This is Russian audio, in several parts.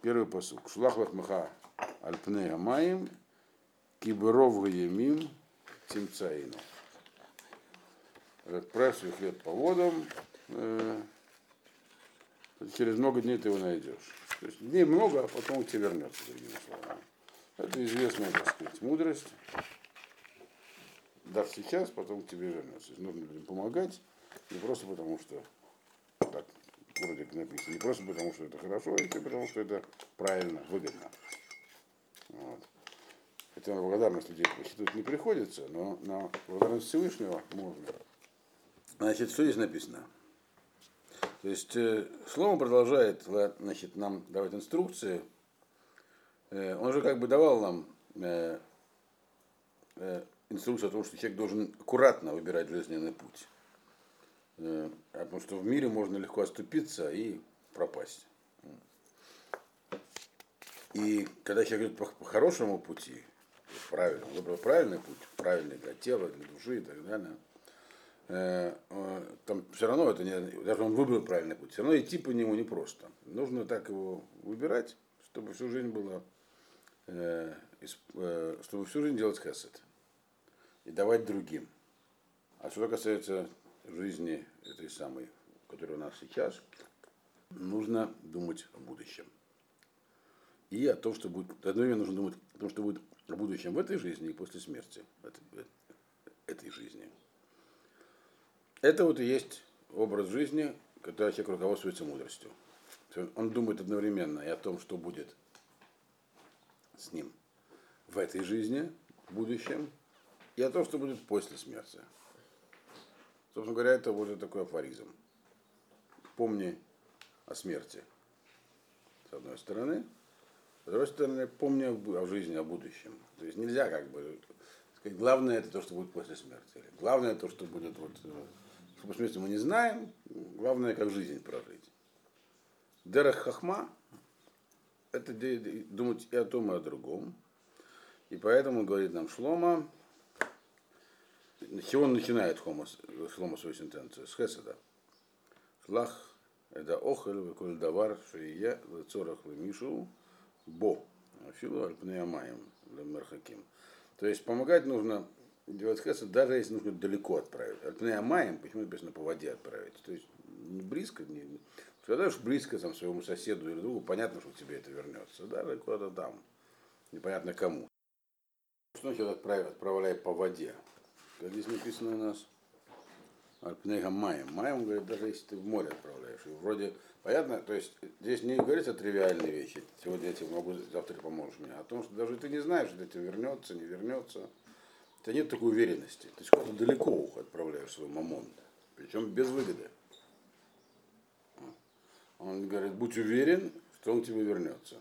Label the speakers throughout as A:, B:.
A: Первый посук. Шлах лахмаха альпней амаим киберов гаемим тимцаину. Отправь свой хлеб по водам, через много дней ты его найдешь. То есть дней много, а потом он тебе вернется, другими словами. Это известная, так сказать, мудрость. Дашь сейчас, потом к тебе вернется. Нужно людям помогать, не просто потому, что так вроде как написано, не просто потому, что это хорошо, а еще потому, что это правильно, выгодно. Вот. Хотя на благодарность людей посчитывать не приходится, но на благодарность Всевышнего можно. Значит, что здесь написано? То есть Шломо продолжает, значит, нам давать инструкции. Он же как бы давал нам инструкцию о том, что человек должен аккуратно выбирать жизненный путь. Потому что в мире можно легко оступиться и пропасть. И когда человек идет по хорошему пути, правильно, выбрал правильный путь, правильный для тела, для души и так далее, там все равно это не, даже он выбрал правильный путь, все равно идти по нему непросто. Нужно так его выбирать, чтобы всю жизнь было, чтобы всю жизнь делать хесед и давать другим. А что касается жизни этой самой, которая у нас сейчас, нужно думать о будущем. И о том, что будет, одновременно нужно думать о том, что будет в будущем в этой жизни и после смерти этой жизни. Это вот и есть образ жизни, когда человек руководствуется мудростью. Он думает одновременно и о том, что будет с ним в этой жизни, в будущем, и о том, что будет после смерти. Собственно говоря, это вот такой афоризм. Помни о смерти, с одной стороны. С другой стороны, помни о жизни, о будущем. То есть нельзя как бы сказать, главное это то, что будет после смерти. Главное то, что будет вот, что после смерти мы не знаем, главное, как жизнь прожить. Дерех хахма – это думать и о том, и о другом. И поэтому говорит нам Шломо, с чего он начинает Шломо свою сентенцию? С хеседа. Шлах это охель, веколь давар, шия, лецорах лемишу, бо, филу альпнеямаем, лемерхаким. То есть помогать нужно делать хесед, даже если нужно далеко отправить. Альпнеямаем, почему написано по воде отправить? То есть не близко, когда уж близко там, своему соседу или другу, понятно, что тебе это вернется. Даже куда-то там, непонятно кому. Что значит отправляй по воде? Как здесь написано у нас? Альпнега маем. Маем, говорит, даже если ты в море отправляешь. И вроде, понятно, то есть здесь не говорится о тривиальной вещи. Сегодня я тебе могу, завтра поможешь мне. О том, что даже ты не знаешь, что тебе вернется, не вернется. У тебя нет такой уверенности. Ты куда-то далеко отправляешь свой мамон. Причем без выгоды. Он говорит, будь уверен, что он тебе вернется.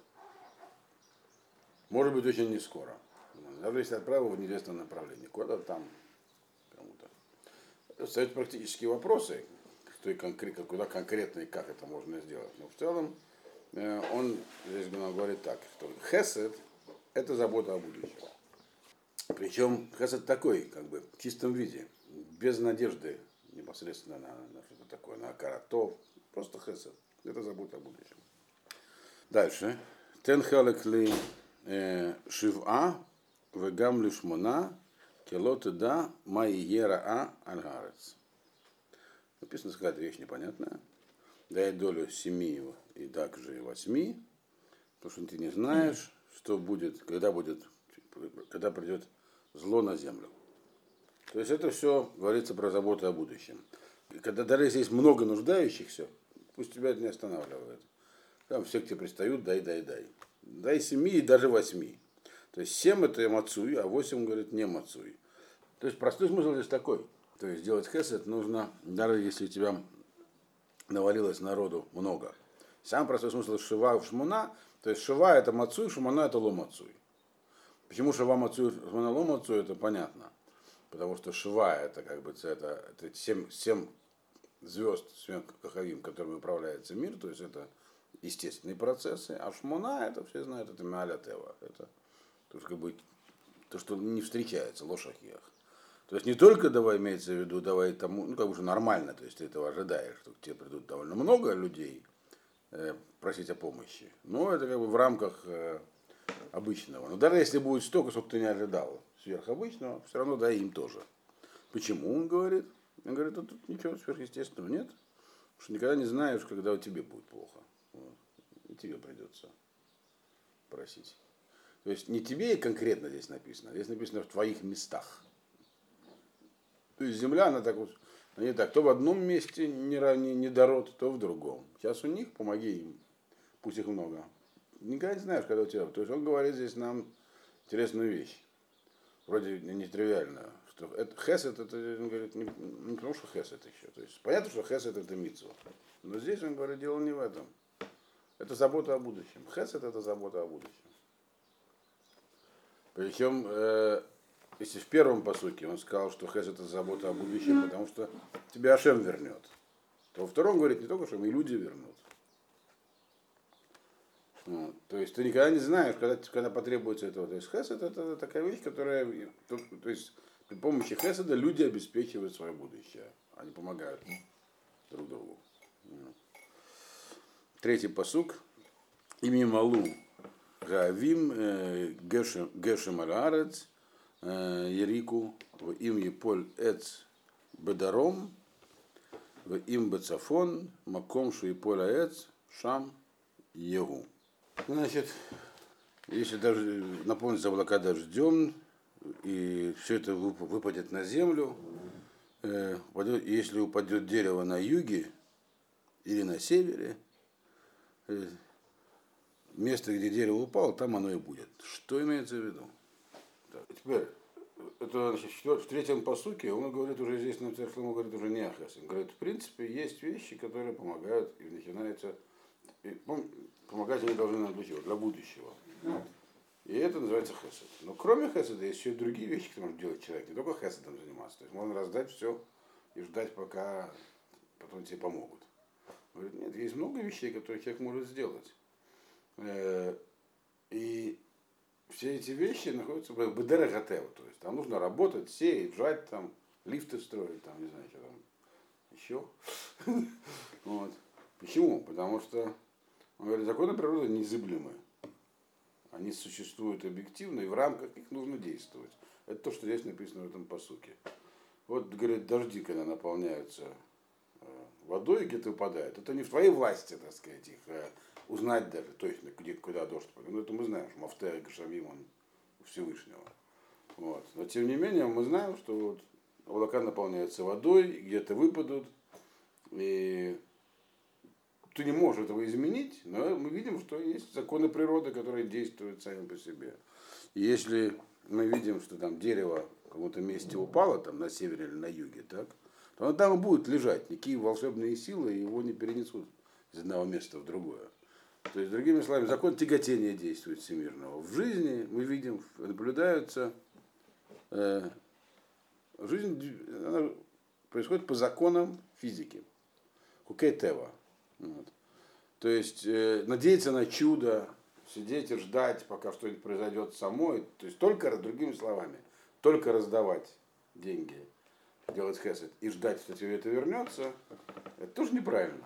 A: Может быть, очень не скоро. Даже если отправил в неизвестном направлении. Куда-то там кому-то. Встают практические вопросы, что и куда конкретно и как это можно сделать. Но в целом он здесь говорит так, что хесед – это забота о будущем. Причем хесед такой, как бы в чистом виде, без надежды непосредственно на что-то такое, на каратов. Просто хесед – это забота о будущем. Дальше. Тен халек ли шива вегам лишмона келоты да майера альгарец. Написано, какая-то вещь непонятная. Дай долю 7 и также 8, потому что ты не знаешь, что будет, когда придет зло на землю. То есть это все говорится про заботу о будущем. И когда даже если есть много нуждающихся, пусть тебя это не останавливает. Там все к тебе пристают, дай. Дай 7 и даже 8. То есть 7 это мацуй, а 8 говорит не мацуй. То есть простой смысл здесь такой. То есть делать хесед нужно, даже если у тебя навалилось народу много. Самый простой смысл шива в шмуна, то есть шива это мацуй, шмуна это ломацуй. Почему шива мацуй, шмуна ломацуй, это понятно. Потому что шива это как бы это 7 звезд, 7 кахавим, которыми управляется мир, то есть это естественные процессы, а шмуна это все знают, это мааля тева. Это то, что не встречается, лошахиях. То есть не только давай имеется в виду, давай тому, как бы уже нормально, то есть ты этого ожидаешь, что к тебе придут довольно много людей, просить о помощи. Но это как бы в рамках обычного. Но даже если будет столько, сколько ты не ожидал сверхобычного, все равно дай им тоже. Почему, он говорит? Он говорит, тут ничего сверхъестественного нет, потому что никогда не знаешь, когда у тебе будет плохо. Вот. И тебе придется просить. То есть не тебе конкретно здесь написано, а здесь написано в твоих местах. То есть земля, она так вот, они так, то в одном месте недород, то в другом. Сейчас у них, помоги им, пусть их много. Никогда не знаешь, когда у тебя. То есть он говорит здесь нам интересную вещь, вроде нетривиальную, что это, хесед, это, он говорит, не потому что хесед еще. То есть понятно, что хесед это мицва. Но здесь он говорит, дело не в этом. Это забота о будущем. Хесед это забота о будущем. Причем, если в первом посуке он сказал, что хесед это забота о будущем, потому что тебя Ашем вернет, то во втором говорит не только, что и люди вернут. Вот. То есть ты никогда не знаешь, когда потребуется этого. То есть хесед это такая вещь, которая, то есть при помощи хеседа люди обеспечивают свое будущее. Они помогают друг другу. Третий пасук. Ими малу гаавим гешем аль-арец ерику в им еполь эц бедаром в им бецафон маком шу еполь аэц шам егу. Значит, если даже наполнится облака дождем, и все это выпадет на землю, если упадет дерево на юге или на севере, место, где дерево упало, там оно и будет. Что имеется в виду? Так, теперь, это значит, в третьем посуке он говорит уже здесь, на Церкву говорит уже не о Хесед. Он говорит, в принципе, есть вещи, которые помогают, и начинается, помогать они должны нам для будущего. И это называется хесед. Но кроме хеседа есть еще и другие вещи, которые может делать человек. Не только хеседом заниматься. То есть можно раздать все и ждать, пока потом тебе помогут. Говорит, нет, есть много вещей, которые человек может сделать. И все эти вещи находятся в бедерегатева. То есть там нужно работать, сеять, жать, там, лифты строить, там, не знаю, что там еще. Вот. Почему? Потому что, он говорит, законы природы незыблемые. Они существуют объективно, и в рамках их нужно действовать. Это то, что здесь написано в этом посуке. Вот, говорит, дожди, когда наполняются водой, где-то выпадают. Это не в твоей власти, так сказать, их узнать даже точно, куда дождь пойдет. Ну, это мы знаем, что Мафтея Гашамим, он у Всевышнего. Вот. Но, тем не менее, мы знаем, что вот облака наполняются водой, где-то выпадут, и ты не можешь этого изменить, но мы видим, что есть законы природы, которые действуют сами по себе. И если мы видим, что там дерево в каком-то месте упало, там на севере или на юге, так, то оно там и будет лежать. Никакие волшебные силы его не перенесут из одного места в другое. То есть, другими словами, закон тяготения действует всемирного. В жизни мы видим, наблюдаются, жизнь она происходит по законам физики. Хукей Тева. Вот. То есть надеяться на чудо, сидеть и ждать, пока что-нибудь произойдет самой. То есть только, другими словами, только раздавать деньги, делать хесед и ждать, что тебе это вернется, это тоже неправильно.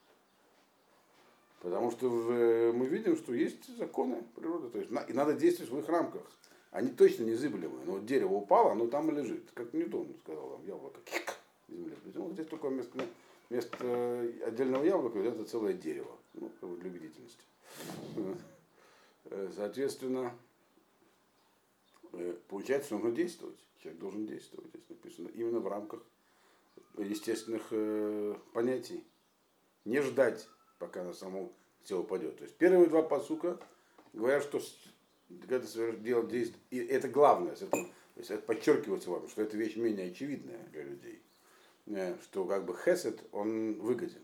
A: Потому что мы видим, что есть законы природы. То есть, и надо действовать в их рамках. Они точно незыблемые. Но вот дерево упало, оно там и лежит. Как Ньютон сказал, там яблоко в земле. Вот здесь только вместо отдельного яблока это целое дерево. Ну, для убедительности. Соответственно, получается, что нужно действовать. Человек должен действовать. Здесь написано именно в рамках естественных понятий. Не ждать, пока на само тело упадет. То есть первые два пасука говорят, что это дело действие. И это главное. То есть это подчеркивается вам, что эта вещь менее очевидная для людей. Что как бы хесед, он выгоден.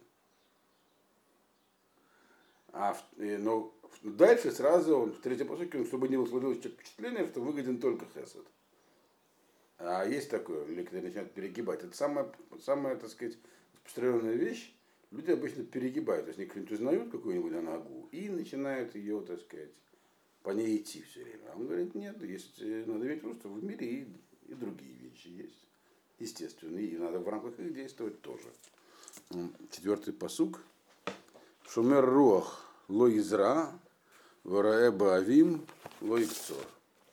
A: Но дальше сразу он, в третьем посуке, чтобы не сложилось впечатление, что выгоден только хесед. А есть такое, некоторые начинают перегибать. Это самая, так сказать, распространенная вещь. Люди обычно перегибают. То есть они как-нибудь узнают какую-нибудь анагу и начинают ее, так сказать, по ней идти все время. А он говорит, нет, есть, надо иметь в виду, что в мире и другие вещи есть. Естественные. И надо в рамках их действовать тоже. Четвертый пасук. Шумер руах ло изра, вараэба авим ло икцор.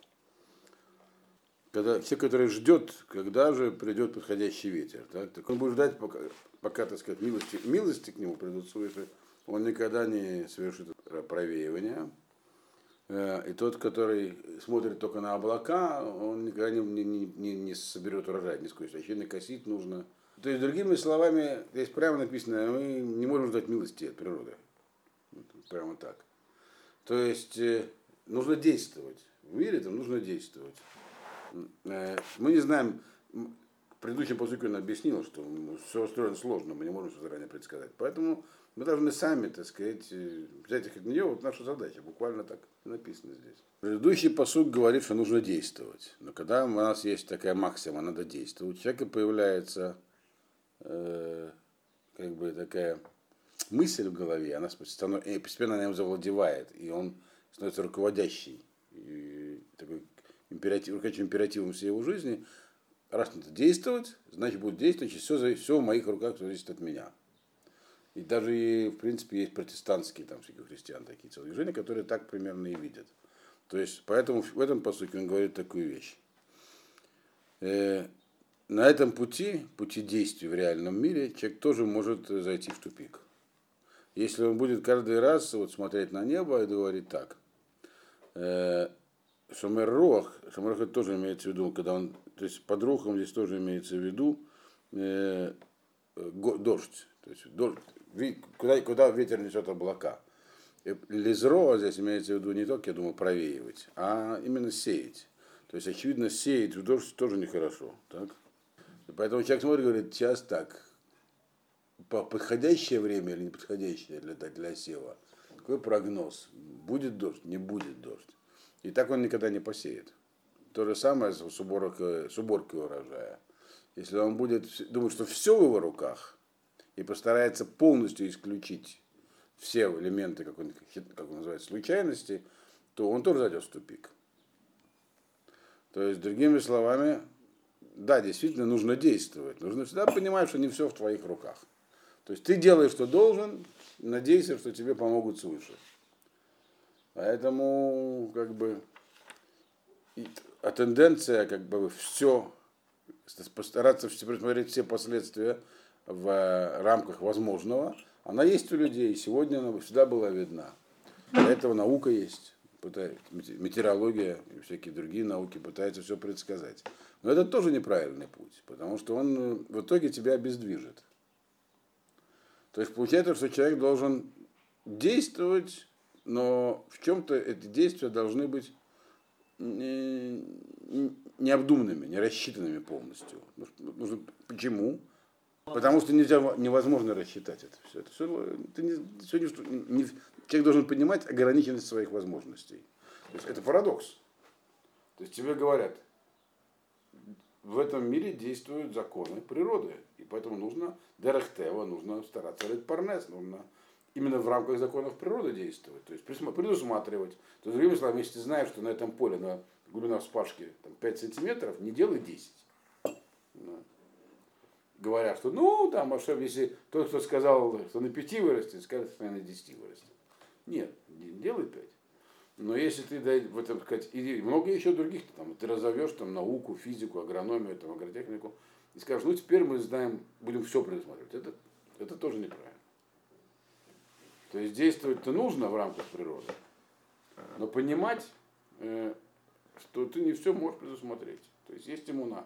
A: Когда, те, которые ждет, когда же придет подходящий ветер. Так он будет ждать, пока так сказать, милости к нему придут свыше. Он никогда не совершит провеивания. И тот, который смотрит только на облака, он никогда не соберет урожай ни с какой стороны. Косить нужно. То есть, другими словами, здесь прямо написано, мы не можем ждать милости от природы. Прямо так. То есть, нужно действовать. В мире там нужно действовать. Мы не знаем, в предыдущем посылке он объяснил, что все устроено сложно, мы не можем все заранее предсказать. Поэтому мы должны сами, так сказать, взять их от нее, вот наша задача, буквально так написано здесь. Предыдущий посуд говорит, что нужно действовать. Но когда у нас есть такая максима, надо действовать, у человека появляется как бы такая мысль в голове, она постепенно на нем завладевает, и он становится руководящей, и такой руководящим императивом всей его жизни. Раз надо действовать, значит будет действовать, все в моих руках, все зависит от меня. И даже, в принципе, есть протестантские там всякие христиан такие целые движения, которые так примерно и видят. То есть, поэтому в этом посуке он говорит такую вещь. На этом пути действий в реальном мире, человек тоже может зайти в тупик. Если он будет каждый раз вот смотреть на небо и говорить так, Шомер руах это тоже имеется в виду, когда он, то есть под рухом здесь тоже имеется в виду дождь. То есть дождь, куда ветер несет облака. Лизро здесь имеется в виду не только, я думаю, провеивать, а именно сеять. То есть, очевидно, сеять в дождь тоже нехорошо. Так? И поэтому человек смотрит и говорит, сейчас так, подходящее время или неподходящее для сева. Какой прогноз? Будет дождь, не будет дождь. И так он никогда не посеет. То же самое с уборкой урожая. Если он будет думать, что все в его руках, и постарается полностью исключить все элементы, как он называет, случайности, то он тоже зайдет в тупик. То есть, другими словами, да, действительно нужно действовать. Нужно всегда понимать, что не все в твоих руках. То есть ты делаешь, что должен, надейся, что тебе помогут свыше. Поэтому, как бы, тенденция, как бы, все, постараться посмотреть все последствия в рамках возможного, она есть у людей, и сегодня она всегда была видна. Для этого наука есть, метеорология и всякие другие науки пытаются все предсказать. Но это тоже неправильный путь, потому что он в итоге тебя обездвижит. То есть получается, что человек должен действовать, но в чем-то эти действия должны быть необдуманными, не рассчитанными полностью. Почему? Потому что невозможно рассчитать это все. Человек должен понимать ограниченность своих возможностей. То есть это парадокс. То есть тебе говорят, в этом мире действуют законы природы, и поэтому нужно дерехтева, нужно стараться рыть парнес, нужно именно в рамках законов природы действовать, то есть предусматривать. То есть, другими словами, если ты знаешь, что на этом поле на глубина вспашки 5 сантиметров, не делай 10. Говорят, что если тот, кто сказал, что на 5 вырастет, скажет, что на 10 вырастет. Нет, делай 5. Но если ты в этом сказать, и много еще других, ты разовьешь науку, физику, агрономию, агротехнику, и скажешь, теперь мы знаем, будем все предусматривать. Это тоже неправильно. То есть действовать-то нужно в рамках природы, но понимать, что ты не все можешь предусмотреть. То есть есть иммуна.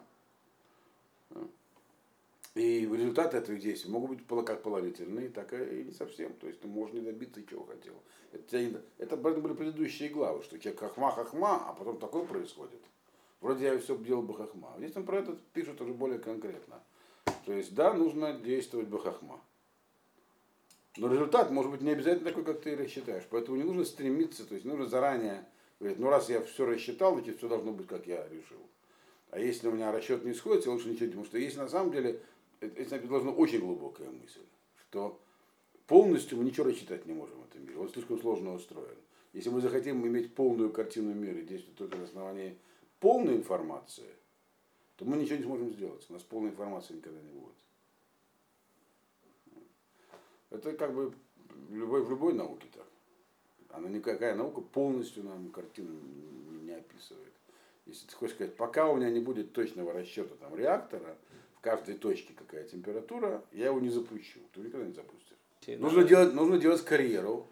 A: И результаты этих действий могут быть как положительные, так и не совсем. То есть ты можешь не добиться, чего хотел. Это были предыдущие главы, что человек хахма, а потом такое происходит. Вроде я все делал бы хахма. Здесь он про это пишет уже более конкретно. То есть да, нужно действовать бы хахма. Но результат может быть не обязательно такой, как ты рассчитаешь. Поэтому не нужно стремиться, то есть нужно заранее говорить, раз я все рассчитал, значит все должно быть, как я решил. А если у меня расчет не сходится, лучше ничего не. Потому что если на самом деле, это должна очень глубокая мысль, что полностью мы ничего рассчитать не можем в этом мире. Он слишком сложно устроен. Если мы захотим иметь полную картину мира и действовать только на основании полной информации, то мы ничего не сможем сделать. У нас полной информации никогда не будет. Это как бы в любой науке так. Она никакая наука полностью нам картину не описывает. Если ты хочешь сказать, пока у меня не будет точного расчета там, реактора, в каждой точке какая температура, я его не запущу. Ты никогда не запустишь. Нужно делать карьеру,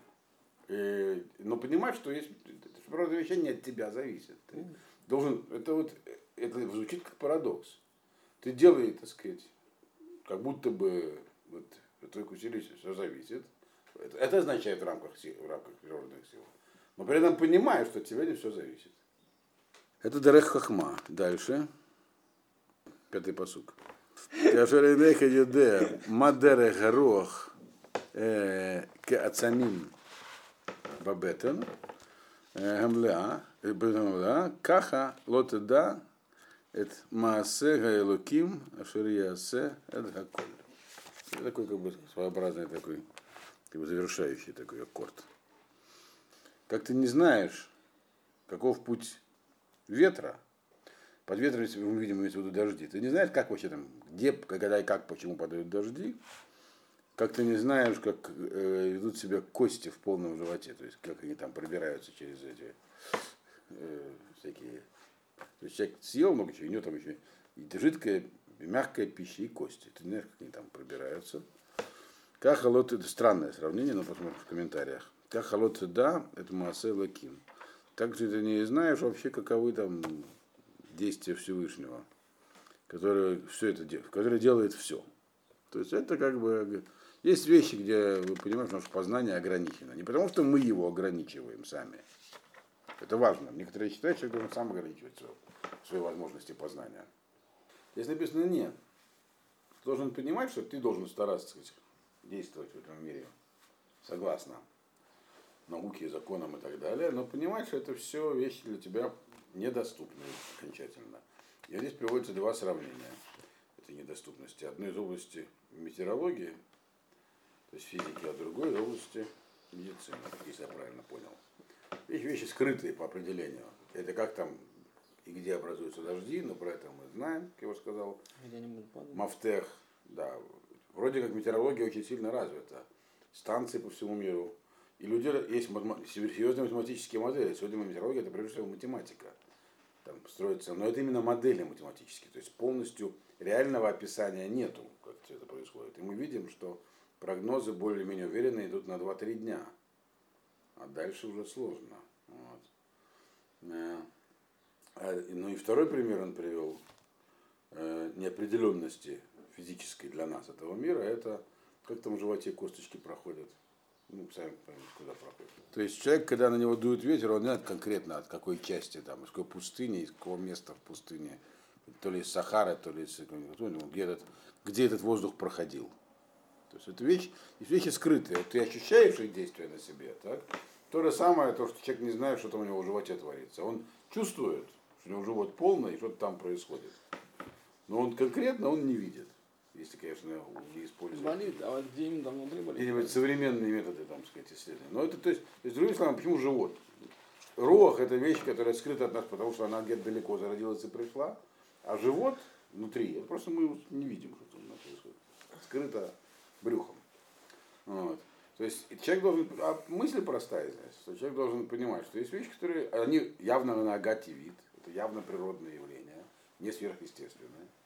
A: но понимать, что есть, природа вещей не от тебя зависит. Ты должен, это звучит как парадокс. Ты делаешь, так сказать, как будто бы вот, от твоих усилий все зависит. Это означает в рамках природных сил. Но при этом понимаешь, что от тебя не все зависит. Это Дерех Хахма. Дальше. 5-й пасук. Кашеринеха юде мадере гарох кеацамим бабетен гамлеа каха лотеда эт маасе гаэлоким ашериясе эт гаколь. Это такой как бы своеобразный такой как бы завершающий такой аккорд. Как ты не знаешь, каков путь ветра, под ветром мы видим имеется в виду дожди. Ты не знаешь, как вообще там, где, когда и как, почему падают дожди, как ты не знаешь, как ведут себя кости в полном животе, то есть как они там пробираются через эти всякие. То есть человек съел много чего, у него там еще и жидкая, и мягкая пища, и кости. Ты не знаешь, как они там пробираются. Кахалот, это странное сравнение, но посмотрим в комментариях. Кахалот да, это Маасе Лаким. Также ты не знаешь вообще, каковы там действия Всевышнего, который все это делает, который делает все. То есть это как бы есть вещи, где вы понимаете, что наше познание ограничено. Не потому, что мы его ограничиваем сами. Это важно. Некоторые считают, что человек должен сам ограничивать свои возможности познания. Здесь написано нет. Ты должен понимать, что ты должен стараться, так сказать, действовать в этом мире согласно науке, законам и так далее, но понимать, что это все вещи для тебя недоступны окончательно. И здесь приводятся два сравнения этой недоступности. Одно из области метеорологии, то есть физики, а другое из области медицины, если я правильно понял. Вещи скрытые по определению. Это как там и где образуются дожди, но про это мы знаем, как я уже сказал. Мафтех, да. Вроде как метеорология очень сильно развита. Станции по всему миру. И люди есть серьезные математические модели. Сегодня метеорология это прежде всего математика. Там строится, но это именно модели математические. То есть полностью реального описания нету, как все это происходит. И мы видим, что прогнозы более-менее уверенно идут на 2-3 дня. А дальше уже сложно. Вот. Ну и второй пример он привел неопределенности физической для нас этого мира, это как там в животе косточки проходят. Ну, сами понимаете, куда проходят. То есть человек, когда на него дует ветер, он знает конкретно от какой части, там, из какой пустыни, из какого места в пустыне. То ли из Сахары, то ли из где этот воздух проходил. То есть это вещи скрытые. Вот ты ощущаешь их действия на себе, так? То же самое, то, что человек не знает, что там у него в животе творится. Он чувствует, что у него живот полный, и что-то там происходит. Но он конкретно он не видит. Если, конечно, не использовать.
B: Болит, а вот где именно внутри болит?
A: Или современные методы, там, сказать, исследования. Но это, то есть другими словами, почему живот? Руах это вещь, которая скрыта от нас, потому что она где-то далеко зародилась и пришла. А живот внутри, это просто мы не видим, что там происходит. Скрыто брюхом. Вот. То есть человек должен, а мысль простая здесь, что человек должен понимать, что есть вещи, которые, они явно на агате вид, это явно природные явления, не сверхъестественные,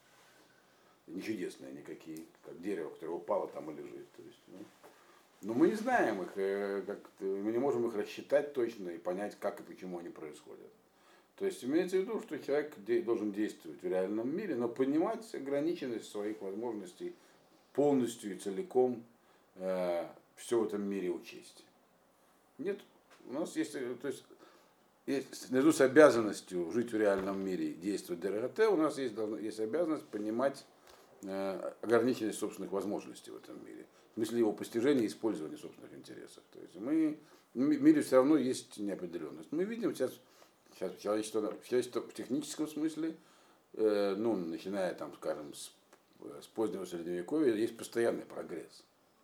A: не чудесные никакие, как дерево, которое упало там и лежит. То есть, ну, но мы не знаем их, мы не можем их рассчитать точно и понять, как и почему они происходят. То есть имеется в виду, что человек должен действовать в реальном мире, но понимать ограниченность своих возможностей полностью и целиком все в этом мире учесть. Нет, у нас есть, то есть наряду с обязанностью жить в реальном мире и действовать ДРТ, у нас есть обязанность понимать ограниченность собственных возможностей в этом мире. В смысле его постижения и использования собственных интересов. То есть в мире все равно есть неопределенность. Мы видим сейчас человечество в техническом смысле, ну, начиная там, скажем, с позднего средневековья, есть постоянный прогресс.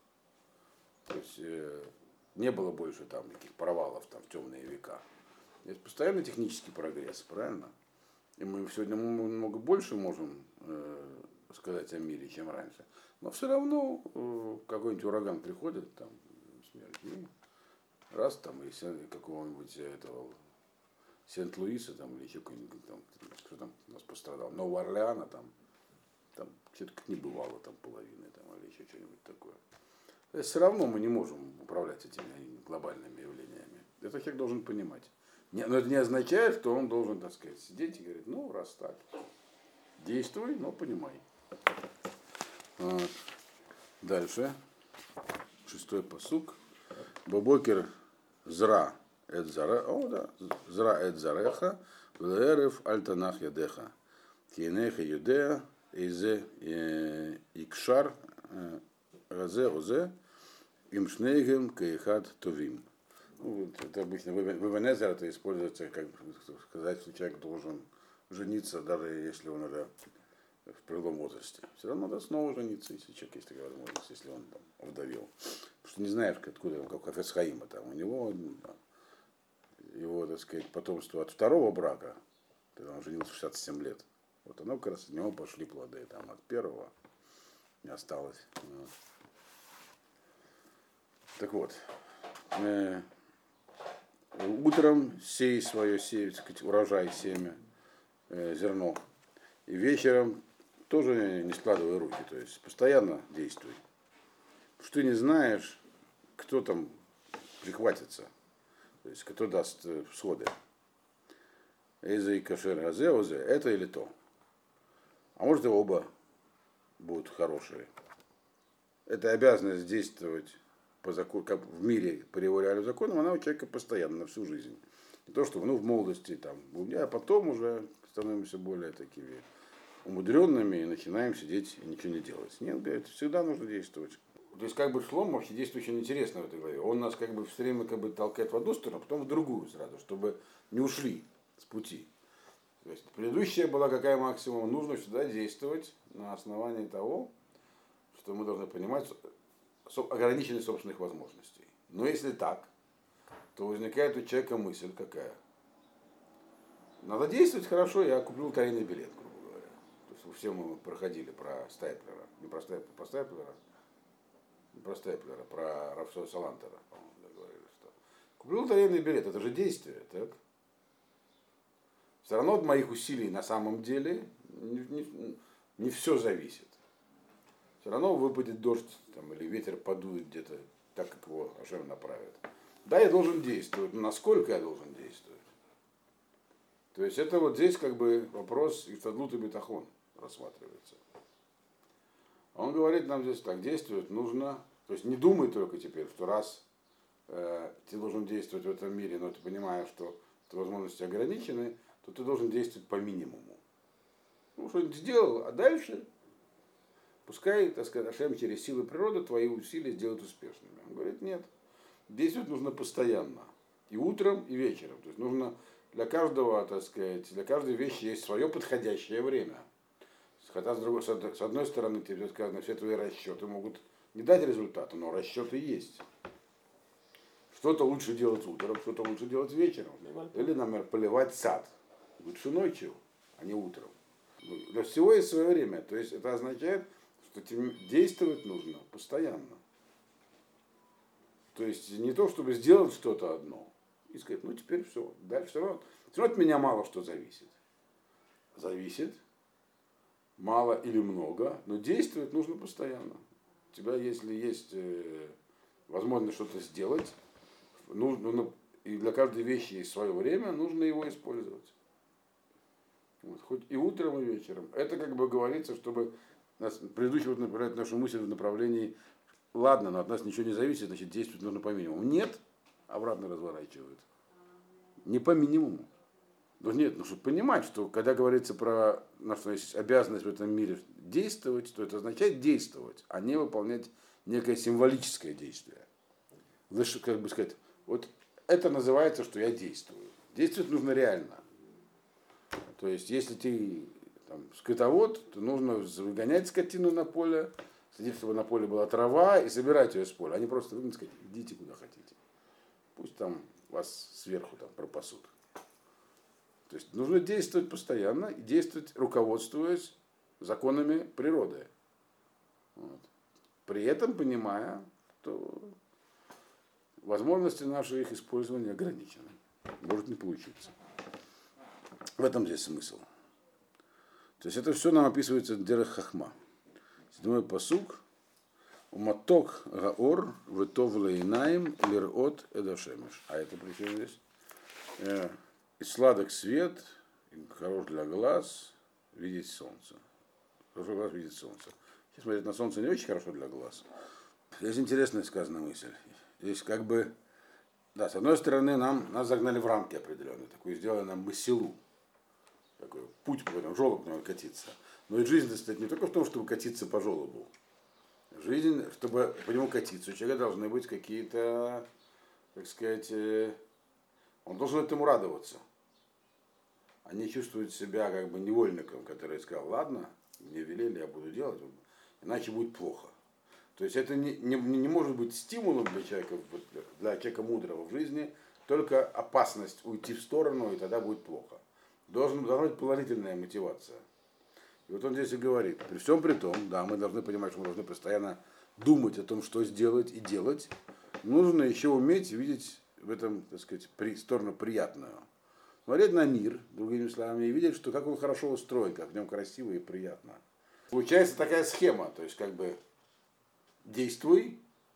A: То есть не было больше там никаких провалов там, в темные века. Есть постоянный технический прогресс, правильно? И мы сегодня много больше можем сказать о мире, чем раньше. Но все равно какой-нибудь ураган приходит, там, смерть, И раз там из какого-нибудь этого Сент-Луиса там, или еще какой-нибудь там, кто там у нас пострадал, Нового Орлеана там что-то как не бывало там половины там, или еще что-нибудь такое. То есть все равно мы не можем управлять этими глобальными явлениями. Это человек должен понимать. Но это не означает, что он должен, так сказать, сидеть и говорить, ну, раз так, действуй, но понимай. Вот. Дальше. 6-й пасук. Бабокер зра эт зара. О, да. Зра эт зареха. Влеерев альтанах ядеха. Кинеха юдея. Изе икшар. Разе озе. Имшнейгем каихат товим. Ну, вот, это обычно в Эбенезер это используется, как сказать, что человек должен жениться, даже если он уже в прилом возрасте. Все равно надо снова жениться, если человек есть такая возможность, если он там овдовел. Потому что не знаешь, откуда, как Хафец Хаима там. У него, его, так сказать, потомство от второго брака, когда он женился в 67 лет, вот оно как раз от него пошли плоды, там от первого не осталось. Вот. Так вот. Утром сей свое урожай, семя, зерно. И вечером тоже не складывай руки, то есть постоянно действуй. Потому что ты не знаешь, кто там прихватится, то есть кто даст всходы. Эйза и кашер газе, озе, это или то. А может и оба будут хорошие. Это обязанность действовать по закону, как в мире по его реальным законам, она у человека постоянно, на всю жизнь. Не то, что в молодости, там, а потом уже становимся более такими умудренными и начинаем сидеть и ничего не делать. Нет, это всегда нужно действовать. То есть, как бы Шломо вообще действует очень интересно в этой главе. Он нас как бы все время как бы толкает в одну сторону, а потом в другую сразу, чтобы не ушли с пути. То есть, предыдущая была какая максимум? Нужно всегда действовать на основании того, что мы должны понимать ограниченность собственных возможностей. Но если так, то возникает у человека мысль какая? Надо действовать хорошо, я куплю лотерейный билет, грубо говоря. То есть все мы проходили про Стайплера, не про Стайплера, про Рафсо Салантера, по-моему, говорили, что куплю лотерейный билет, это же действие, так? Все равно от моих усилий на самом деле не все зависит. Все равно выпадет дождь там, или ветер подует где-то так, как его Ашем направит. Да, я должен действовать, но насколько я должен действовать? То есть это вот здесь как бы вопрос Ифтадлут и Бетахон рассматривается. Он говорит нам здесь так, действовать нужно, то есть не думай только теперь, что раз ты должен действовать в этом мире, но ты понимаешь, что твои возможности ограничены, то ты должен действовать по минимуму. Ну, что-нибудь сделал, а дальше пускай, так сказать, Ашем через силы природы твои усилия сделают успешными. Он говорит, нет, действовать нужно постоянно. И утром, и вечером. То есть нужно для каждого, так сказать, для каждой вещи есть свое подходящее время. Хотя, с одной стороны, тебе сказано, все твои расчеты могут не дать результата, но расчеты есть. Что-то лучше делать утром, что-то лучше делать вечером. Или, например, поливать сад. Лучше ночью, а не утром. Для всего есть свое время. То есть это означает, что действовать нужно постоянно. То есть не то, чтобы сделать что-то одно и сказать, ну теперь все, дальше все равно от меня мало что зависит. Зависит, мало или много, но действовать нужно постоянно. У тебя, если есть возможность что-то сделать, нужно, и для каждой вещи есть свое время, нужно его использовать. Вот, хоть и утром, и вечером. Это как бы говорится, чтобы предыдущий направляет нашу мысль в направлении, ладно, но от нас ничего не зависит, значит действовать нужно по минимуму. Нет, обратно разворачивают. Не по минимуму. Ну нет, ну чтобы понимать, что когда говорится про нашу обязанность в этом мире действовать, то это означает действовать, а не выполнять некое символическое действие. Лучше, как бы сказать, вот это называется, что я действую. Действовать нужно реально. То есть, если ты там, скотовод, то нужно выгонять скотину на поле, следить, чтобы на поле была трава и собирать ее с поля. А не просто выгнать, сказать, идите куда хотите. Пусть там вас сверху там пропасут. То есть нужно действовать постоянно и действовать, руководствуясь законами природы. Вот. При этом понимая, что возможности наши их использования ограничены. Может не получиться. В этом здесь смысл. То есть это все нам описывается Дерех Хахма. 7-й пасук. Уматок гаор витов лейнаим лирот эдашемиш. А это при чем здесь? И сладок свет, и хорош для глаз видеть солнце. Хорошо глаз видеть солнце. Сейчас смотреть на солнце не очень хорошо для глаз. Здесь интересная сказана мысль. Здесь как бы, да, с одной стороны, нас загнали в рамки определенные. Такую сделали нам месилу. Такой путь, по которому желоб надо катиться. Но и жизнь состоит не только в том, чтобы катиться по желобу. Жизнь, чтобы по нему катиться, у человека должны быть какие-то, так сказать, он должен этому радоваться. А не чувствовать себя как бы невольником, который сказал, ладно, мне велели, я буду делать, иначе будет плохо. То есть это не может быть стимулом для человека мудрого в жизни, только опасность уйти в сторону, и тогда будет плохо. Должна быть положительная мотивация. И вот он здесь и говорит, при всем при том, да, мы должны понимать, что мы должны постоянно думать о том, что сделать и делать. Нужно еще уметь видеть в этом, так сказать, сторону приятную. Смотреть на мир, другими словами, и видеть, что как он хорошо устроен, как в нем красиво и приятно. Получается такая схема, то есть как бы действуй,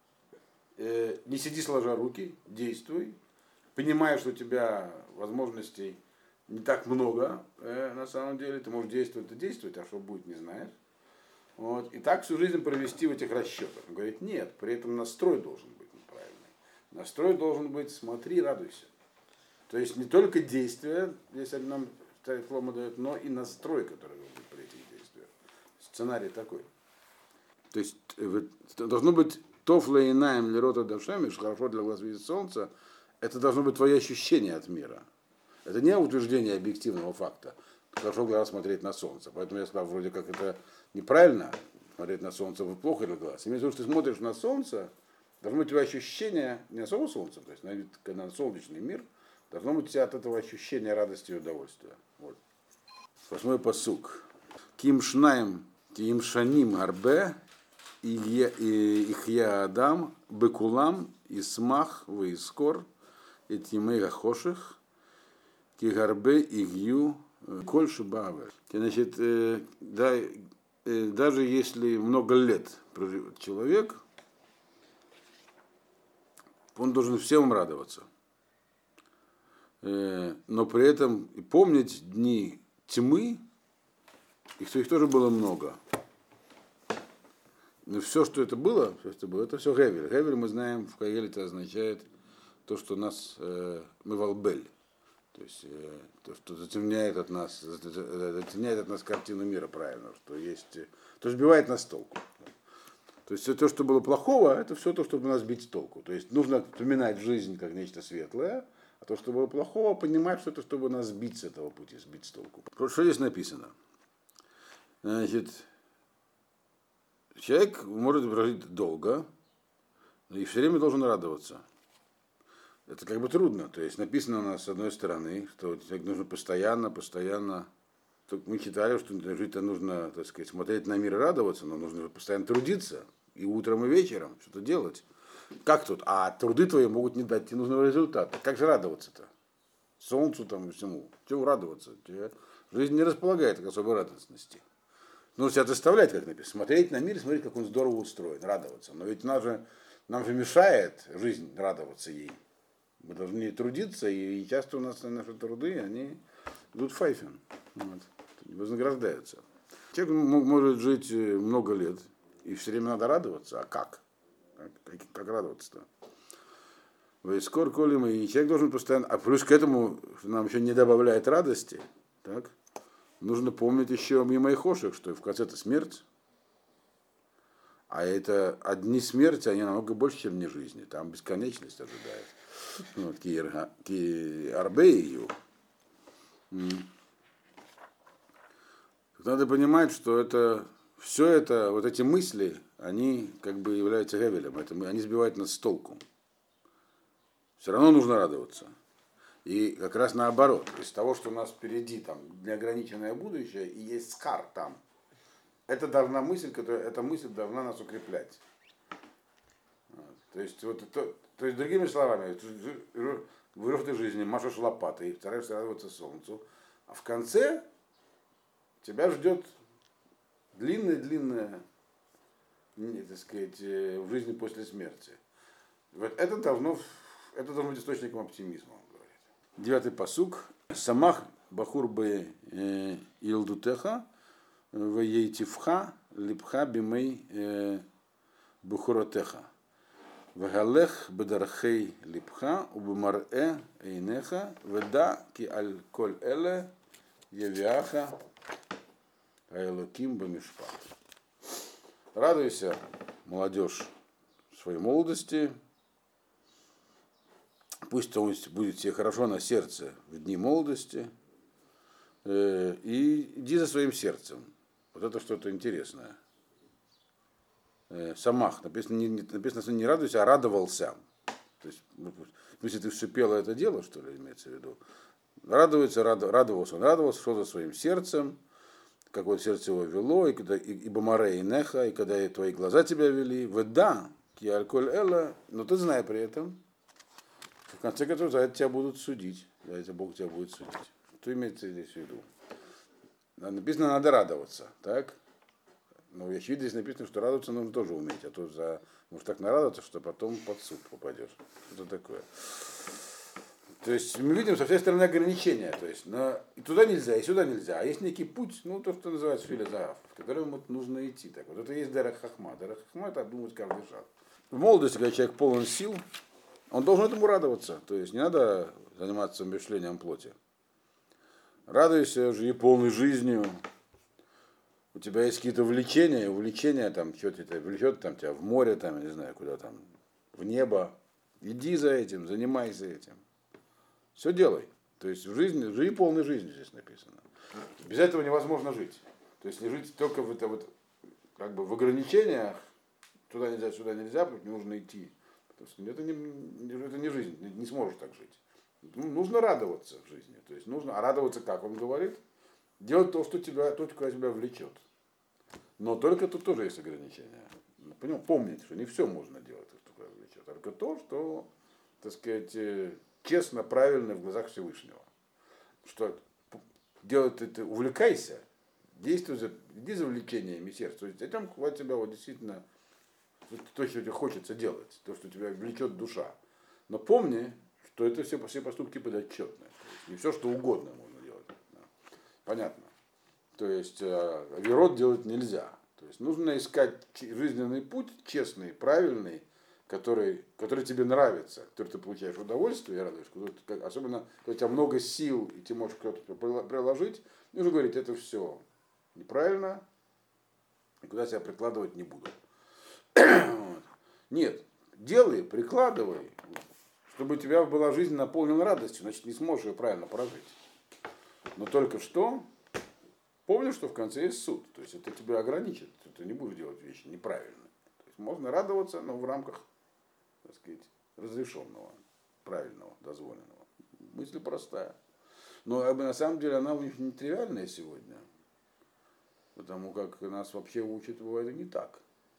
A: не сиди сложа руки, действуй, понимая, что у тебя возможностей не так много, на самом деле, ты можешь действовать и действовать, а что будет, не знаешь. Вот. И так всю жизнь провести в этих расчетах. Он говорит, нет, при этом настрой должен быть неправильный. Настрой должен быть, смотри, радуйся. То есть не только действия, если нам Шломо дает, но и настрой, который должен быть при этих действиях. Сценарий такой. То есть должно быть тов лейнаем лирота дашемиш, хорошо для глаз видеть солнца, это должно быть твое ощущение от мира. Это не утверждение объективного факта. Хорошо глаз смотреть на солнце. Поэтому я сказал, вроде как это неправильно, смотреть на солнце плохо для глаз. Имеется в виду, что ты смотришь на солнце, должно быть у тебя ощущение не на самого солнца, то есть на солнечный мир, должно быть у тебя от этого ощущение радости и удовольствия. Вот. 8-й пасук. Ким шнаем, ким шаним арбе, ихья адам, бекулам, исмах, вейскор, этимега хоших, кигарбе игью кольши бавер. Значит, даже если много лет проживет человек, он должен всем радоваться. Но при этом и помнить дни тьмы, их тоже было много. Но все, что это было, это все гевель. Гевель, мы знаем, в Каэле это означает то, что мы волбель. То есть то, что затемняет от нас картину мира правильно, то сбивает нас с толку. То есть все то, что было плохого, это все то, чтобы нас сбить с толку. То есть нужно вспоминать жизнь как нечто светлое, а то, что было плохого, понимать, что это, чтобы нас сбить с этого пути, сбить с толку. Что здесь написано? Значит, человек может прожить долго, и все время должен радоваться. Это как бы трудно. То есть написано у нас с одной стороны, что человек нужно постоянно. Мы читали, что жить-то нужно, так сказать, смотреть на мир и радоваться, но нужно постоянно трудиться. И утром, и вечером что-то делать. Как тут? А труды твои могут не дать тебе нужного результата. Как же радоваться-то? Солнцу там и всему. Чего радоваться? Жизнь не располагает к особой радостности. Нужно себя заставлять, как написано. Смотреть на мир и смотреть, как он здорово устроен, радоваться. Но ведь нам же мешает жизнь радоваться ей. Мы должны трудиться, и часто у нас наши труды, они идут файфен, вот, вознаграждаются. Человек может жить много лет, и все время надо радоваться. А как? Как радоваться-то? Скоро колем, и человек должен постоянно... А плюс к этому нам еще не добавляет радости, так? Нужно помнить еще мимо и хошек, что в конце-то смерть. А это одни смерти, они намного больше, чем не жизни. Там бесконечность ожидает. Вот, арбею. Надо понимать, что все это, вот эти мысли, они как бы являются гевелем. Они сбивают нас с толку. Все равно нужно радоваться. И как раз наоборот. Из того, что у нас впереди там неограниченное будущее, и есть скар там. Эта мысль должна нас укреплять. Вот. То есть вот То есть, другими словами, в этой жизни машешь лопатой, стараешься радоваться солнцу, а в конце тебя ждет длинная, так сказать, в жизни после смерти. Вот это должно быть источником оптимизма, он говорит. 9-й пасук. Самах бахур бы илдутеха, в ейтивха, липха бимей бухуротеха. Вагалех бедархей липха, убимарэ эйнеха, веда ки аль коль эле явиаха айлоким бамишпа. Радуйся, молодежь, своей молодости. Пусть будет тебе хорошо на сердце в дни молодости. И иди за своим сердцем. Вот это что-то интересное. Самах. Написано не радуйся, а радовался. То есть, если ты все пела это дело, что ли, имеется в виду. Радовался. Он радовался, шел за своим сердцем, как вот сердце его вело, и бамаре и неха, и когда твои глаза тебя вели. Веда, ки альколь эла, но ты знай при этом, в конце концов, за это тебя будут судить. За это Бог тебя будет судить. Что имеется здесь в виду? Написано, надо радоваться, так? Но очевидно, здесь написано, что радоваться нужно тоже уметь, а то может так нарадоваться, что потом под суд попадешь. Что такое? То есть мы видим со всей стороны ограничения. То есть и туда нельзя, и сюда нельзя. А есть некий путь, то, что называется филизаф, в котором нужно идти. Так вот, это есть Дерех Хахма. Дерех Хахма — это обдумывать каждый шаг. В молодости, когда человек полон сил, он должен этому радоваться. То есть не надо заниматься мышлением плоти. Радуйся, живи полной жизнью. У тебя есть какие-то увлечения, там, что-то тебя влечет, там, тебя в море, там, я не знаю, куда там, в небо. Иди за этим, занимайся этим. Все делай. То есть в жизни, живи полной жизнью, здесь написано. Без этого невозможно жить. То есть не жить только в ограничениях, туда нельзя, сюда нельзя, нужно идти. Потому что это не жизнь, не сможешь так жить. Нужно радоваться в жизни. То есть а радоваться, как он говорит, делать то, что тебя влечет. Но только тут тоже есть ограничения. Помните, что не все можно делать, что тебя влечет. Только то, что, так сказать, честно, правильно в глазах Всевышнего. Что делать это, увлекайся, действуй, иди за влечениями сердца. То есть этим хватит тебя действительно то, что тебе хочется делать, то, что тебя влечет душа. Но помни, что это все поступки подотчетные. Не все, что угодно можно делать. Да. Понятно. То есть авирот делать нельзя. То есть нужно искать жизненный путь, честный, правильный, который тебе нравится, который ты получаешь удовольствие и радуешь, особенно когда у тебя много сил, и ты можешь кто-то приложить, нужно говорить, это все неправильно, и куда себя прикладывать не буду. Нет, делай, прикладывай, чтобы у тебя была жизнь наполнена радостью, значит, не сможешь ее правильно прожить. Но только что помни, что в конце есть суд, то есть это тебя ограничит, ты не будешь делать вещи неправильно. То есть можно радоваться, но в рамках, так сказать, разрешенного, правильного, дозволенного. Мысль простая. Но на самом деле она у них не тривиальная сегодня, потому как нас вообще учат, бывает, не так.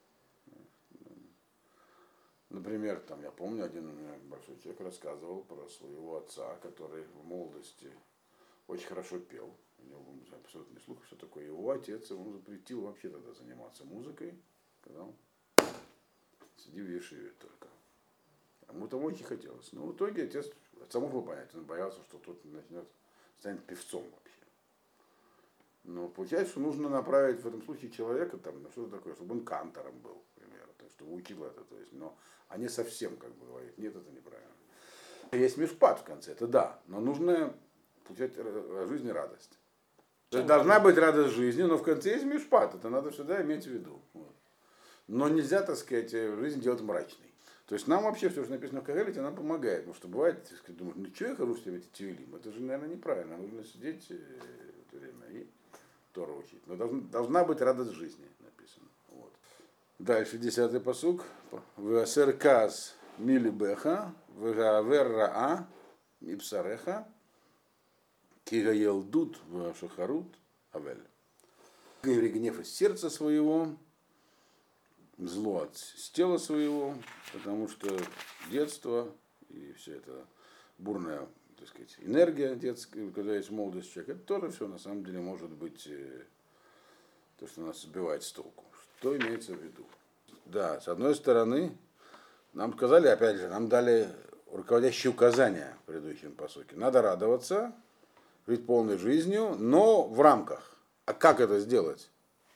A: Например, я помню, один большой человек рассказывал про своего отца, который в молодости очень хорошо пел. У него был абсолютный слух, все такое. Его отец ему запретил вообще тогда заниматься музыкой, когда он сидел в ешиве только. Ему-то очень хотелось. Но в итоге отец мог бы понять, он боялся, что тот станет певцом вообще. Но получается, что нужно направить в этом случае человека, что-то такое, чтобы он кантором был, к примеру, чтобы учил это. То есть, но они совсем, говорят, нет, это неправильно. Есть мишпат в конце, это да, но нужно получать в жизни радость. То есть должна быть радость жизни, но в конце есть мишпат, это надо всегда иметь в виду. Вот. Но нельзя, так сказать, жизнь делать мрачной. То есть нам вообще все, что написано в Кагелите, нам помогает. Потому что бывает, так сказать, думаешь, что я хожу все эти тюэлим, это же, наверное, неправильно. Нужно сидеть в это время и Тору учить. Но должна быть радость жизни, написано. Вот. Дальше 10-й пасук. Васер каз мили беха, вегавер раа мипсареха, кигаелдут в шахарут авель. Гнев из сердца своего, зло с тела своего, потому что детство и все это бурная, так сказать, энергия детская, когда есть молодость человека, это тоже все на самом деле может быть то, что нас сбивает с толку. Что имеется в виду? Да, с одной стороны, нам сказали, опять же, нам дали руководящие указания в предыдущем посоке. Надо радоваться, жить полной жизнью, но в рамках. А как это сделать?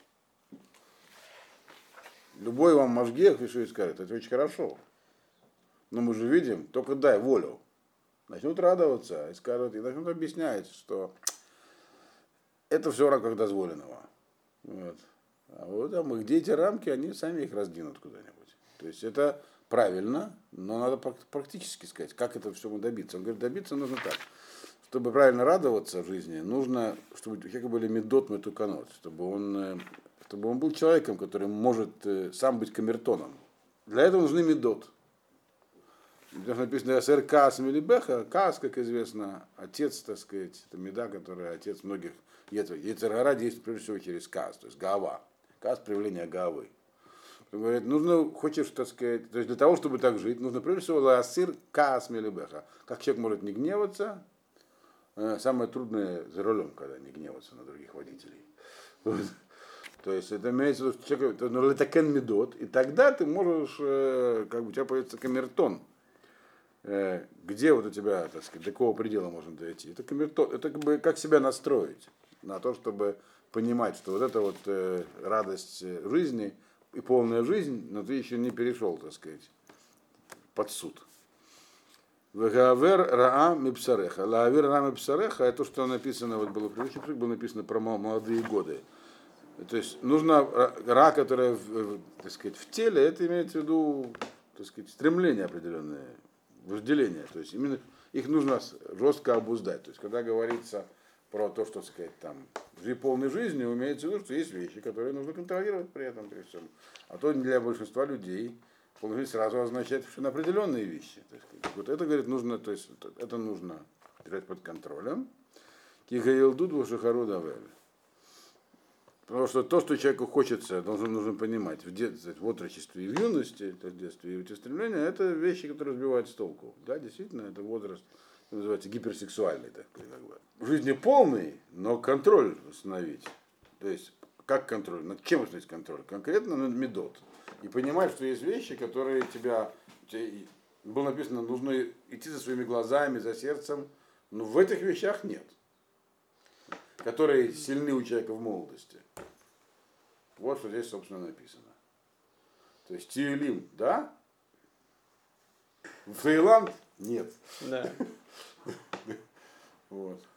A: Любой вам мозгех решит скажет, это очень хорошо. Но мы же видим, только дай волю. Начнут радоваться и скажут, и начнут объяснять, что это все в рамках дозволенного. Вот. А вот где эти рамки, они сами их раздвинут куда-нибудь. То есть это правильно, но надо практически сказать, как это все добиться. Он говорит, добиться нужно так. Чтобы правильно радоваться в жизни, нужно, чтобы у человека были медот метуканот, чтобы он был человеком, который может сам быть камертоном. Для этого нужны медот. Здесь написано СР Каас Мелибеха. Каас, как известно, отец, так сказать, это меда, который отец многих Ецер-гара действует прежде всего через Каас, то есть Гаава. Каас — проявление Гаавы. Он говорит, нужно, хочешь, так сказать, то есть для того, чтобы так жить, нужно прежде всего лаасир Каас Мелибеха. Как человек может не гневаться, самое трудное за рулем, когда не гневаться на других водителей. Вот. То есть это имеется в виду, что человек, это медот, и тогда ты можешь, как бы у тебя появится камертон. Где вот у тебя, так сказать, до какого предела можно дойти? Это камертон, это как бы как себя настроить на то, чтобы понимать, что вот эта вот радость жизни и полная жизнь, но ты еще не перешел, так сказать, под суд. Вегавер раа мипсареха. Лаавер раа мипсареха, это то, что написано, вот было предыдущий было написано про молодые годы. То есть нужно ра, которая, так сказать, в теле, это имеется в виду, так сказать, стремление определенное, вожделение. То есть именно их нужно жестко обуздать. То есть когда говорится про то, что, так сказать, там, живи полной жизнью, имеется в виду, что есть вещи, которые нужно контролировать при этом, при всем. А то для большинства людей полная жизнь сразу означает, что на определенные вещи. Так сказать. Вот это, говорит, нужно, то есть это нужно держать под контролем. Кигаилдуд вашахару давель. Потому что то, что человеку хочется, нужно понимать в отрочестве и в юности, это в детстве и эти стремления, это вещи, которые сбивают с толку. Да, действительно, это возраст, называется гиперсексуальный. Так, как бы. В жизни полный, но контроль установить. То есть, как контроль? Над чем установить контроль? Конкретно над медот. И понимать, что есть вещи, которые тебе было написано, нужно идти за своими глазами, за сердцем, но в этих вещах нет. Которые сильны у человека в молодости. Вот что здесь, собственно, написано. То есть Тиилим, да? В Таиланд нет.
B: Да.
A: Вот.